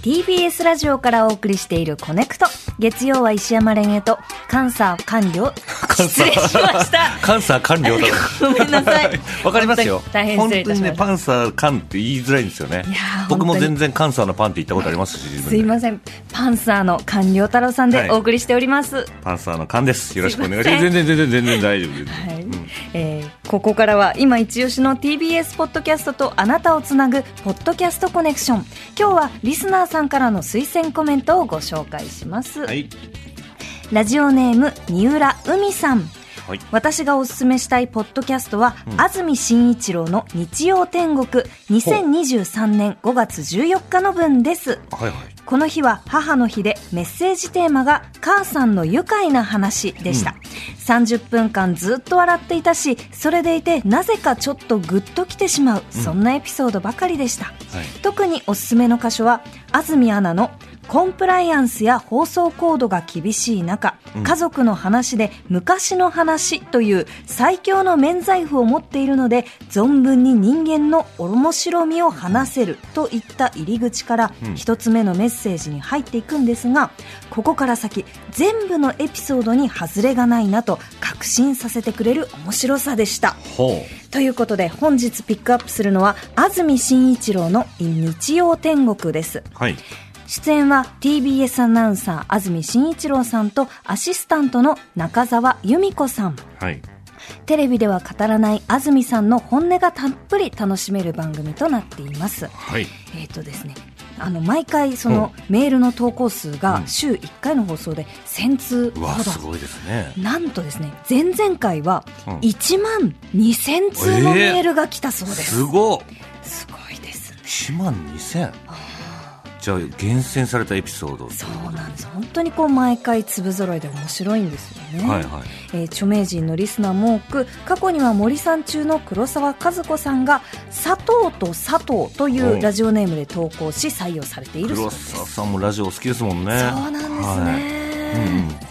TBS ラジオからお送りしているコネクト。月曜は石山レンゲと監査完了失礼しました監査完了だごめんなさいわかりますよ。 大変失礼いたしました。 本当にね、パンサーカンって言いづらいんですよね。僕も全然カンサーのパンって言ったことありますし、 すいません。パンサーの菅良太郎さんでお送りしております、はい、 パンサーのカンです。よろしくお願いします。全然大丈夫です、 はいここからは今一押しの TBS ポッドキャストとあなたをつなぐポッドキャストコネクション。今日はリスナーさんからの推薦コメントをご紹介します、はい、ラジオネーム三浦海さん、はい、私がおすすめしたいポッドキャストは、安住紳一郎の日曜天国2023年5月14日の分です、はいはい、この日は母の日でメッセージテーマが母さんの愉快な話でした、30分間ずっと笑っていたし、それでいてなぜかちょっとグッときてしまう、そんなエピソードばかりでした、はい、特におすすめの箇所は安住アナのコンプライアンスや放送コードが厳しい中、家族の話で昔の話という最強の免罪符を持っているので、存分に人間の面白みを話せるといった入り口から一つ目のメッセージに入っていくんですが、ここから先全部のエピソードに外れがないなと確信させてくれる面白さでした。ということで本日ピックアップするのは安住紳一郎の日曜天国です、はい。出演は TBS アナウンサー安住紳一郎さんとアシスタントの中澤由美子さん、はい、テレビでは語らない安住さんの本音がたっぷり楽しめる番組となっています、はい。ですね、毎回そのメールの投稿数が週1回の放送で1000通ほど、 すごいですね。 なんとですね、前々回は1万2000通のメールが来たそうです、 すごいですね。 1万2000、じゃあ厳選されたエピソード。 そうなんです。本当にこう毎回粒揃いで面白いんですよね、はいはい。著名人のリスナーも多く、過去には森さん中の黒沢和子さんが佐藤と佐藤というラジオネームで投稿し採用されているそうです。 黒沢さんもラジオ好きですもんね。 そうなんですね、はい。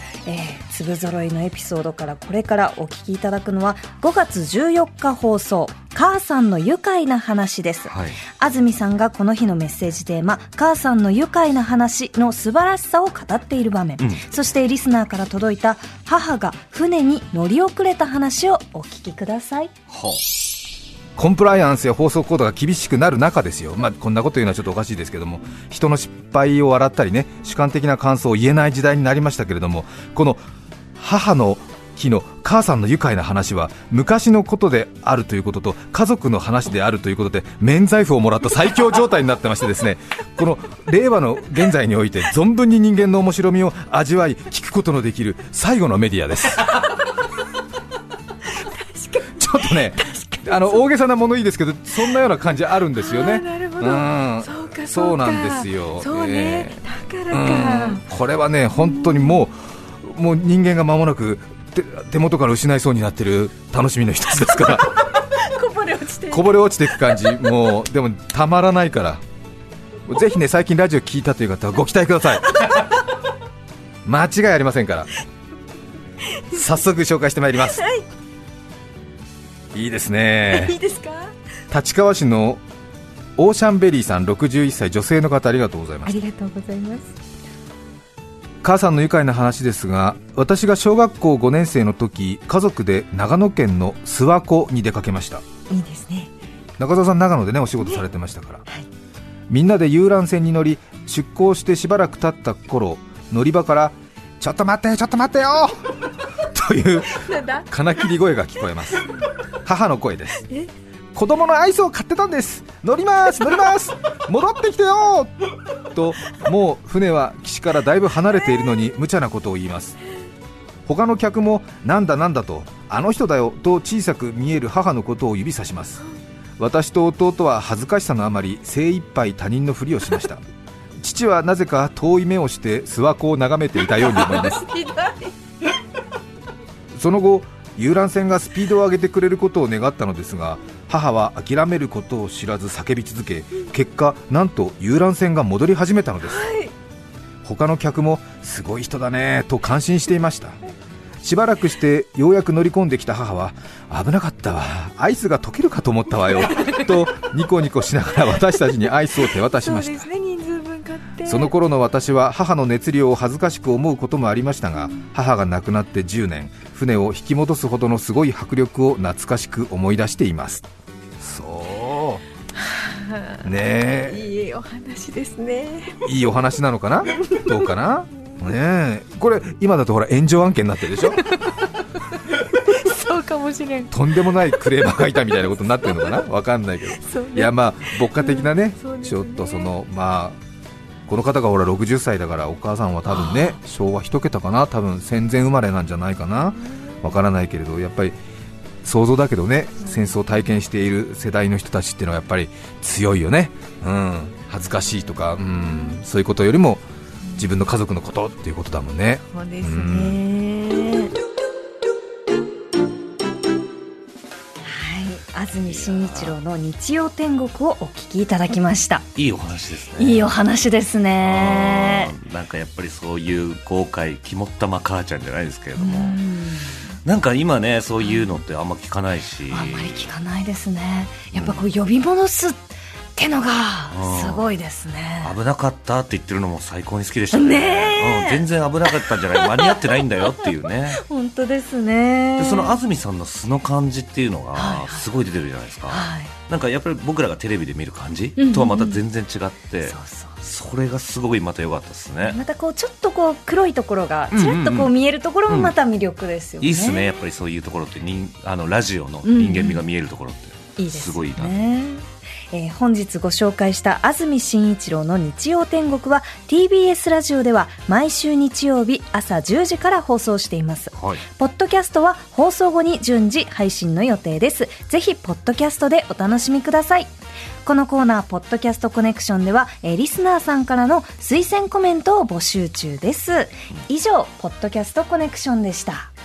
粒揃いのエピソードからこれからお聞きいただくのは5月14日放送、母さんの愉快な話です、はい。安住さんがこの日のメッセージテーマ、母さんの愉快な話の素晴らしさを語っている場面、そしてリスナーから届いた母が船に乗り遅れた話をお聞きください。 コンプライアンスや放送コードが厳しくなる中ですよ、こんなこと言うのはちょっとおかしいですけども、人の失敗を笑ったりね、主観的な感想を言えない時代になりましたけれども、この母の日の母さんの愉快な話は昔のことであるということと家族の話であるということで免罪符をもらった最強状態になってましてですね、この令和の現在において存分に人間の面白みを味わい聞くことのできる最後のメディアです。ちょっとね、大げさな物言いですけど、そんなような感じあるんですよね。 なるほど、 そうなんですよ。 そうね、だからか、 これはね本当にもう人間が間もなく手元から失いそうになっている楽しみの一つですからこぼれ落ちていく感じ、もうでもたまらないから、ぜひね最近ラジオ聞いたという方はご期待ください。間違いありませんから。早速紹介してまいります、はい。いいですね。 いいですか。 立川市のオーシャンベリーさん、61歳女性の方、ありがとうございます。 ありがとうございます。 母さんの愉快な話ですが、私が小学校5年生の時、家族で長野県の諏訪湖に出かけました。 いいですね。 中澤さん長野でねお仕事されてましたから、はい、みんなで遊覧船に乗り出港してしばらく経った頃、乗り場からちょっと待ってよという金切り声が聞こえます。母の声です。子供のアイスを買ってたんです、乗ります戻ってきてよと、もう船は岸からだいぶ離れているのに無茶なことを言います。他の客もなんだと、あの人だよと小さく見える母のことを指さします。私と弟は恥ずかしさのあまり精一杯他人のふりをしました。父はなぜか遠い目をして諏訪湖を眺めていたように思います。その後遊覧船がスピードを上げてくれることを願ったのですが、母は諦めることを知らず叫び続け、結果なんと遊覧船が戻り始めたのです、はい。他の客もすごい人だねと感心していました。しばらくしてようやく乗り込んできた母は、危なかったわ、アイスが溶けるかと思ったわよとニコニコしながら私たちにアイスを手渡しました。 そうですね、人数分買って。 その頃の私は母の熱量を恥ずかしく思うこともありましたが、母が亡くなって10年、船を引き戻すほどのすごい迫力を懐かしく思い出しています。そうねえ、 いいお話ですね。 いいお話なのかなどうかなねえ、これ今だとほら炎上案件になってるでしょそうかもしれん。 とんでもないクレーマーがいたみたいなことになってるのかな、わかんないけど、 そうね、 いやまあ牧歌的なね、 ね、 ちょっとそのまあこの方がほら60歳だから、お母さんは多分ね昭和1桁かな、多分戦前生まれなんじゃないかな、わからないけれど、やっぱり想像だけどね、戦争を体験している世代の人たちっていうのはやっぱり強いよね、恥ずかしいとか、そういうことよりも自分の家族のことっていうことだもんね。 そうですね。 安住紳一郎の日曜天国をお聞きいただきました。 いいお話ですね。 いいお話ですね。 なんかやっぱりそういう豪快肝っ玉母ちゃんじゃないですけれども、なんか今ねそういうのってあんま聞かないし、 あんまり聞かないですね。やっぱこう呼び戻すってのがすごいですね。 危なかったって言ってるのも最高に好きでしたね。全然危なかったんじゃない、間に合ってないんだよっていうね本当ですね。 でその安住さんの素の感じっていうのがすごい出てるじゃないですか、なんかやっぱり僕らがテレビで見る感じとはまた全然違って、それがすごいまた良かったですね。 またこうちょっとこう黒いところがちらっとこう見えるところもまた魅力ですよね。 いいですね、やっぱりそういうところってラジオの人間味が見えるところってすごいな、 本日ご紹介した安住紳一郎の日曜天国は TBS ラジオでは毎週日曜日朝10時から放送しています、ポッドキャストは放送後に順次配信の予定です。ぜひポッドキャストでお楽しみください。このコーナーポッドキャストコネクションではリスナーさんからの推薦コメントを募集中です。以上ポッドキャストコネクションでした。